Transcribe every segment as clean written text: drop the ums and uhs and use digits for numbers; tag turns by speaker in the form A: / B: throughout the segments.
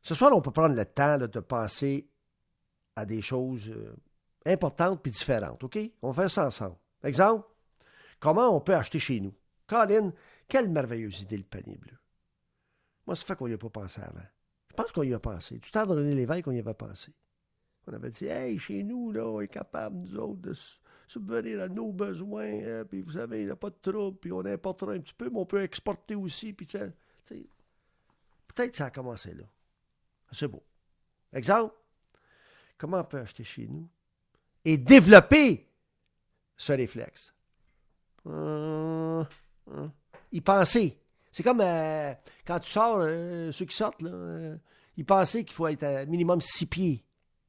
A: Ce soir, on peut prendre le temps là, de penser à des choses importantes puis différentes, OK? On va faire ça ensemble. Exemple, comment on peut acheter chez nous? Colin, quelle merveilleuse idée, le panier bleu. Moi, ça fait qu'on n'y a pas pensé avant. Je pense qu'on y a pensé. Du temps de René Lévesque, on y avait pensé. On avait dit, hey, chez nous, là, on est capable, nous autres, de subvenir à nos besoins, puis vous savez, il n'y a pas de trouble, puis on importera un petit peu, mais on peut exporter aussi, puis tu sais, peut-être que ça a commencé là. C'est beau. Exemple, comment on peut acheter chez nous et développer ce réflexe? Y penser. C'est comme quand tu sors, ceux qui sortent, là, y penser qu'il faut être à minimum 6 pieds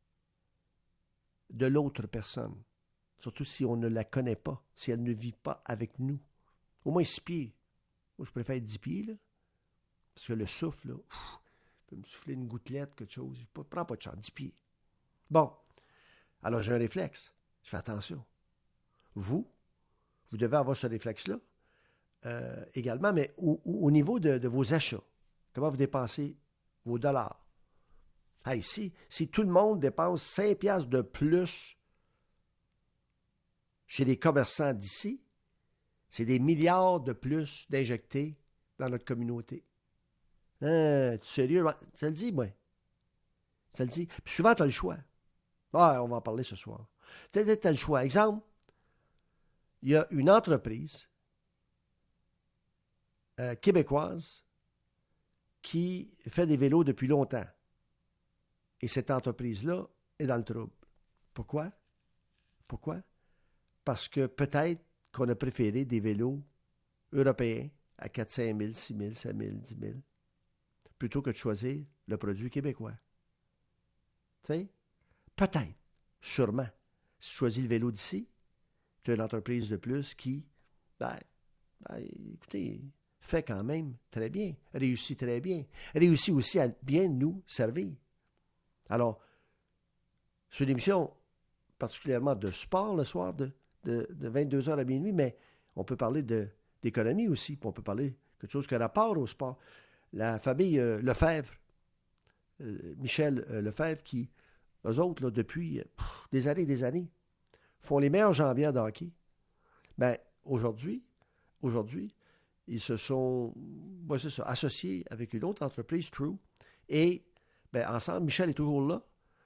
A: de l'autre personne. Surtout si on ne la connaît pas, si elle ne vit pas avec nous. Au moins 6 pieds. Moi, je préfère 10 pieds, là. Parce que le souffle, là, je peux me souffler une gouttelette, quelque chose. Je ne prends pas de chance, 10 pieds. Bon. Alors, j'ai un réflexe. Je fais attention. Vous devez avoir ce réflexe-là également, mais au niveau de vos achats. Comment vous dépensez vos dollars? Hey, si tout le monde dépense 5 piastres de plus chez les commerçants d'ici, c'est des milliards de plus d'injectés dans notre communauté. Hein, tu es sérieux? Ça le dit, moi. Ça le dit. Puis souvent, tu as le choix. Ah, on va en parler ce soir. Tu as le choix. Exemple, il y a une entreprise québécoise qui fait des vélos depuis longtemps. Et cette entreprise-là est dans le trouble. Pourquoi? Pourquoi? Parce que peut-être qu'on a préféré des vélos européens à 4 5 000, 6 000, 7 000, 10 000, plutôt que de choisir le produit québécois. Tu sais? Peut-être, sûrement. Si tu choisis le vélo d'ici, tu as une entreprise de plus qui, écoutez, fait quand même très bien, réussit très bien, réussit aussi à bien nous servir. Alors, c'est une émission particulièrement de sport le soir de 22h à minuit, mais on peut parler d'économie aussi, puis on peut parler de quelque chose qui a rapport au sport. La famille Lefebvre, Michel Lefebvre, qui, eux autres, là, depuis des années, font les meilleures jambières de hockey. Ben, aujourd'hui, ils se sont associés avec une autre entreprise, True, et ensemble, Michel est toujours là,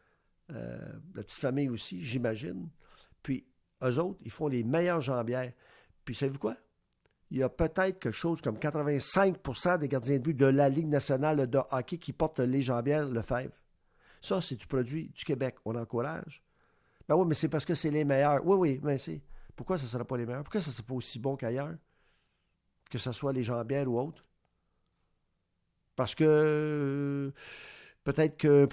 A: la petite famille aussi, j'imagine. Puis, eux autres, ils font les meilleures jambières. Puis, savez-vous quoi? Il y a peut-être quelque chose comme 85% des gardiens de but de la Ligue nationale de hockey qui portent les jambières Lefebvre. Ça, c'est du produit du Québec. On encourage. Ben oui, mais c'est parce que c'est les meilleurs. Oui, mais c'est... Pourquoi ça ne sera pas les meilleurs? Pourquoi ça ne sera pas aussi bon qu'ailleurs? Que ce soit les jambières ou autres? Parce que peut-être qu'un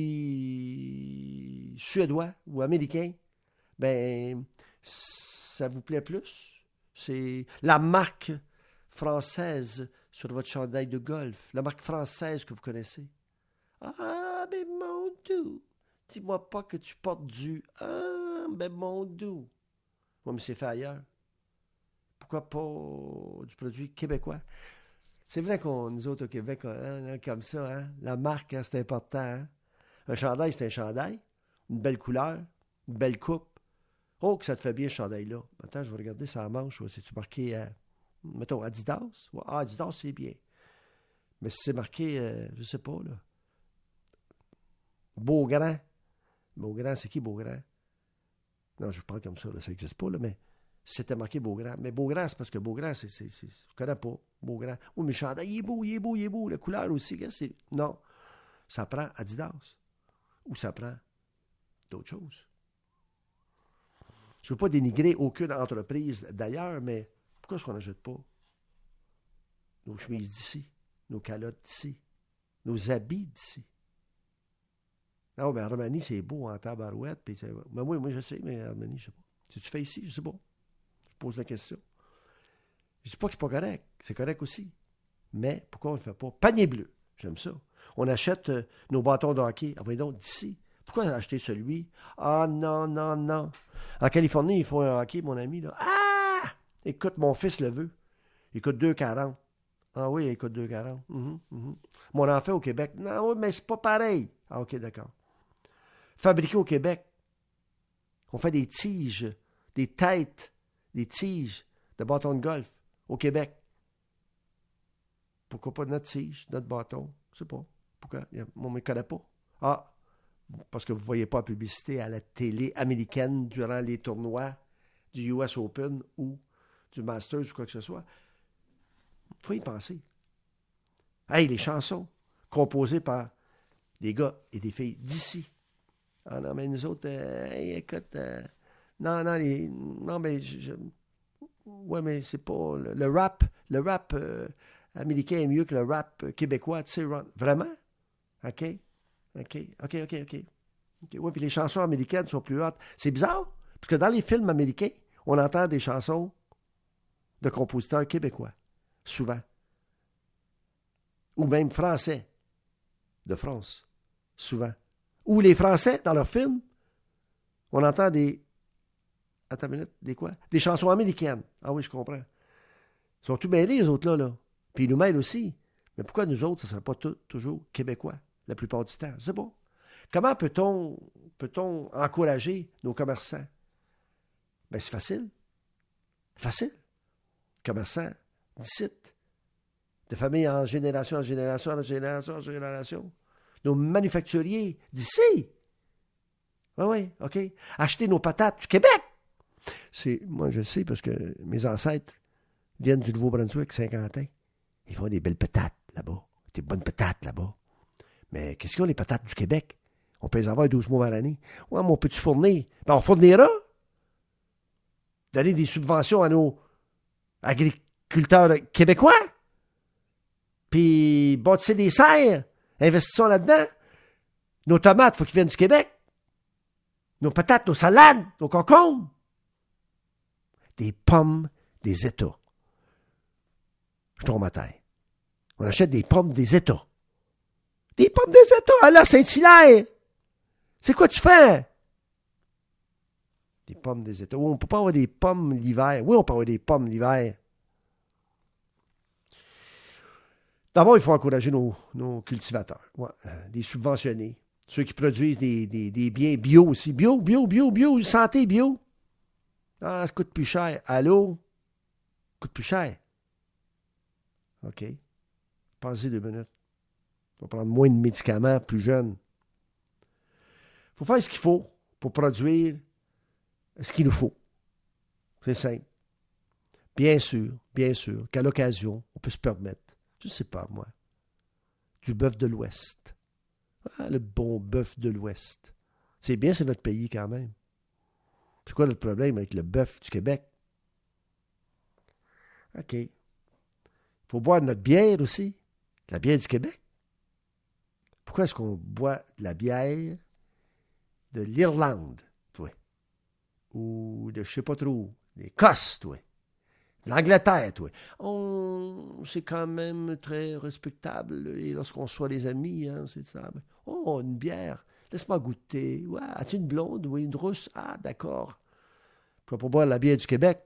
A: produit suédois ou américain, ben, ça vous plaît plus. C'est la marque française sur votre chandail de golf. La marque française que vous connaissez. Ah, mais mon doux. Dis-moi pas que tu portes du... Ah, mais mon doux. Oui, mais c'est fait ailleurs. Pourquoi pas du produit québécois? C'est vrai qu'on, nous autres au Québec, on comme ça, hein? La marque, hein, c'est important. Hein? Un chandail, c'est un chandail. Une belle couleur, une belle coupe. Oh, que ça te fait bien, ce chandail-là. Attends, je vais regarder sa manche. C'est-tu marqué, mettons, Adidas? Ouais, Adidas, c'est bien. Mais si c'est marqué, je sais pas, là. Beaugrand. Beaugrand, c'est qui Beaugrand? Non, je parle comme ça, là, ça n'existe pas, là, mais c'était marqué Beaugrand. Mais Beaugrand, c'est parce que Beaugrand, je connais pas. Beaugrand. Oui, mais le chandail, il est beau. La couleur aussi, c'est... Non. Ça prend Adidas. Ou ça prend d'autres choses. Je ne veux pas dénigrer aucune entreprise d'ailleurs, mais pourquoi est-ce qu'on n'achète pas nos chemises d'ici, nos calottes d'ici, nos habits d'ici? Non, mais Armani, c'est beau en tabarouette. Puis ben oui, moi, je sais, mais Armani, je sais pas. Si tu fais ici, je sais pas. Je pose la question. Je dis pas que c'est pas correct. C'est correct aussi. Mais pourquoi on ne le fait pas? Panier bleu. J'aime ça. On achète nos bâtons de hockey. Ah, voyons donc, d'ici. Pourquoi acheter celui? Ah, non. En Californie, ils font un hockey, mon ami. Là. Ah! Écoute, mon fils le veut. Il coûte 2,40. Ah oui, il coûte 2,40. Mon enfant au Québec. Non, oui, mais c'est pas pareil. Ah, OK, d'accord. Fabriqué au Québec. On fait des tiges, des têtes, des tiges de bâtons de golf au Québec. Pourquoi pas notre tige, notre bâton? Je sais pas. Pourquoi? On ne me connaît pas. Ah, parce que vous ne voyez pas la publicité à la télé américaine durant les tournois du US Open ou du Masters ou quoi que ce soit. Il faut y penser. Hey, les chansons composées par des gars et des filles d'ici. Ah non, mais nous autres, hey, écoute, non, non, non, mais ouais, mais c'est pas le rap américain est mieux que le rap québécois, tu sais, vraiment? OK, OK, OK, OK, OK. Oui, puis les chansons américaines sont plus hautes. C'est bizarre, parce que dans les films américains, on entend des chansons de compositeurs québécois, souvent. Ou même français, de France, souvent. Ou les Français, dans leurs films, on entend des... Attends une minute, des quoi? Des chansons américaines. Ah oui, je comprends. Ils sont tout mêlés, les autres, là. Puis ils nous mêlent aussi. Mais pourquoi nous autres, ça ne serait pas toujours québécois, la plupart du temps? Je sais pas. Comment peut-on encourager nos commerçants? Bien, c'est facile. Facile. Commerçants, d'ici, de famille en génération, en génération, en génération, en génération. Nos manufacturiers d'ici. Oui, oui, OK. Acheter nos patates du Québec. Moi, je sais parce que mes ancêtres viennent du Nouveau-Brunswick, Saint-Quentin. Ils font des belles patates là-bas. Des bonnes patates là-bas. Mais qu'est-ce qu'ils ont, les patates du Québec? On peut les avoir 12 mois par année. Ouais, mais on peut-tu fournir? Ben, on fournira. Donner des subventions à nos agriculteurs québécois. Puis bâtir des serres. Investissons là-dedans. Nos tomates, il faut qu'ils viennent du Québec. Nos patates, nos salades, nos concombres. Des pommes des États. Je tombe à terre. On achète des pommes des États. Des pommes des États à la Saint-Hilaire. C'est quoi tu fais? Des pommes des États. Oui, on ne peut pas avoir des pommes l'hiver. Oui, on peut avoir des pommes l'hiver. D'abord, il faut encourager nos cultivateurs. Ouais, les subventionnés. Ceux qui produisent des biens bio aussi. Bio, santé bio. Ah, ça coûte plus cher. Allô? Ça coûte plus cher. OK. Passez 2 minutes. On va prendre moins de médicaments plus jeunes. Il faut faire ce qu'il faut pour produire ce qu'il nous faut. C'est simple. Bien sûr, qu'à l'occasion, on peut se permettre, je ne sais pas moi, du bœuf de l'Ouest. Ah, le bon bœuf de l'Ouest. C'est bien, c'est notre pays quand même. C'est quoi notre problème avec le bœuf du Québec? OK. Il faut boire notre bière aussi. La bière du Québec. Pourquoi est-ce qu'on boit de la bière de l'Irlande, toi? Ou de je sais pas trop, l'Écosse, toi? De l'Angleterre, toi? C'est quand même très respectable. Et lorsqu'on soit des amis, hein, c'est ça. Oh, une bière. Laisse-moi goûter. Ouais, as-tu une blonde? Oui, une rousse? Ah, d'accord. Pour boire la bière du Québec.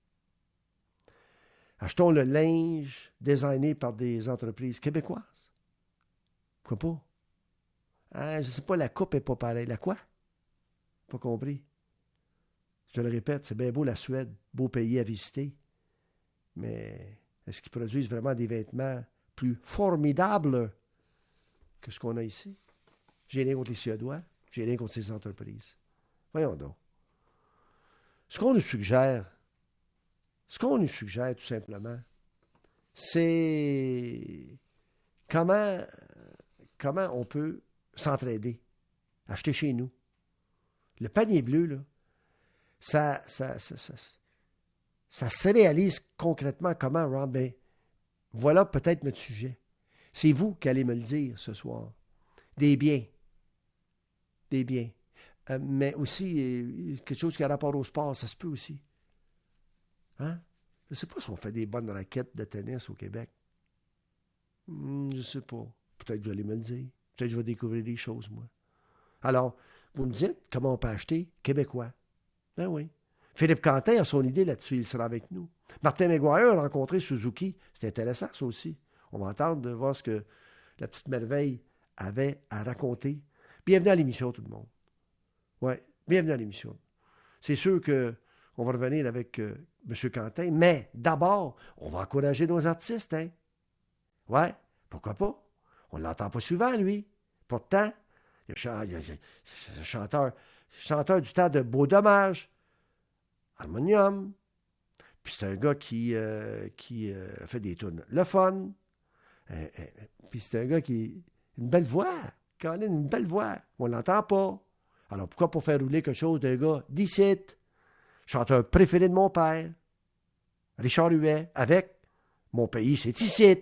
A: Achetons le linge designé par des entreprises québécoises. Pourquoi pas? Ah, je ne sais pas, la coupe n'est pas pareille. La quoi? Pas compris. Je le répète, c'est bien beau la Suède, beau pays à visiter. Mais est-ce qu'ils produisent vraiment des vêtements plus formidables que ce qu'on a ici? J'ai rien contre les Suédois, j'ai rien contre ces entreprises. Voyons donc. Ce qu'on nous suggère tout simplement, c'est comment on peut s'entraider, acheter chez nous. Le panier bleu, là, ça se réalise concrètement comment, Ron? Ben, voilà peut-être notre sujet. C'est vous qui allez me le dire ce soir. Des biens. Mais aussi, quelque chose qui a rapport au sport, ça se peut aussi. Hein? Je ne sais pas si on fait des bonnes raquettes de tennis au Québec. Je ne sais pas. Peut-être que vous allez me le dire. Peut-être que je vais découvrir des choses, moi. Alors, vous me dites comment on peut acheter québécois. Ben oui. Philippe Quentin a son idée là-dessus, il sera avec nous. Martin McGuire a rencontré Suzuki. C'est intéressant, ça aussi. On va entendre, de voir ce que la petite merveille avait à raconter. Bienvenue à l'émission, tout le monde. Oui, bienvenue à l'émission. C'est sûr qu'on va revenir avec M. Quentin, mais d'abord, on va encourager nos artistes, hein? Ouais, pourquoi pas? On ne l'entend pas souvent, lui. Pourtant, il y a chanteur du temps de Beau Dommage, Harmonium. Puis c'est un gars qui fait des tunes le fun. Puis c'est un gars qui a une belle voix. Quand même, une belle voix. On ne l'entend pas. Alors pourquoi pas faire rouler quelque chose d'un gars d'ici? Chanteur préféré de mon père, Richard Huet, avec Mon pays, c'est ici.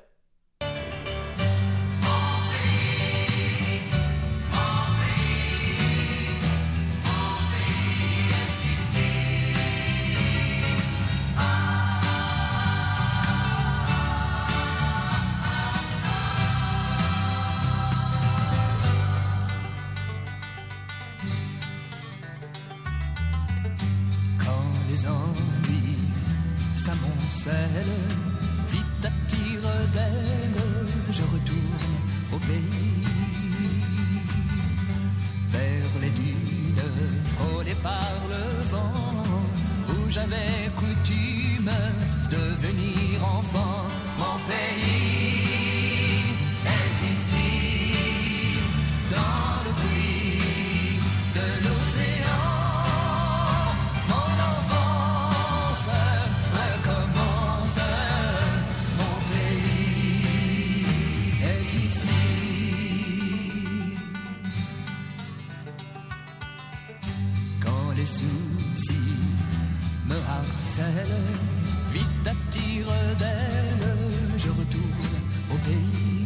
B: Vite à tire d'aile, je retourne au pays, vers les dunes frôlées par le vent, où j'avais coutume de venir enfant. Mon pays est ici, dans le bruit de l'océan. Les soucis me harcèlent, vite à tire d'aile, je retourne au pays,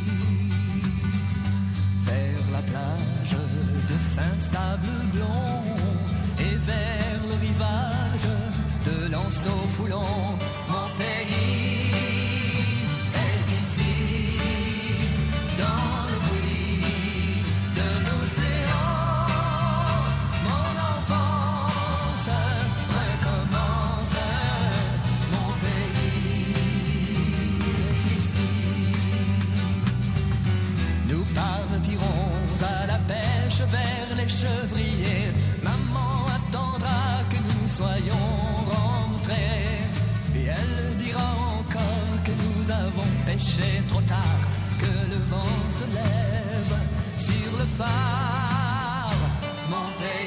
B: vers la plage de fin sable blond et vers le rivage de l'Anseau Foulon. Mon pays est ici, dans le bruit de l'océan. Vers les chevriers, maman attendra que nous soyons rentrés, et elle dira encore que nous avons pêché trop tard, que le vent se lève sur le phare. Mon pays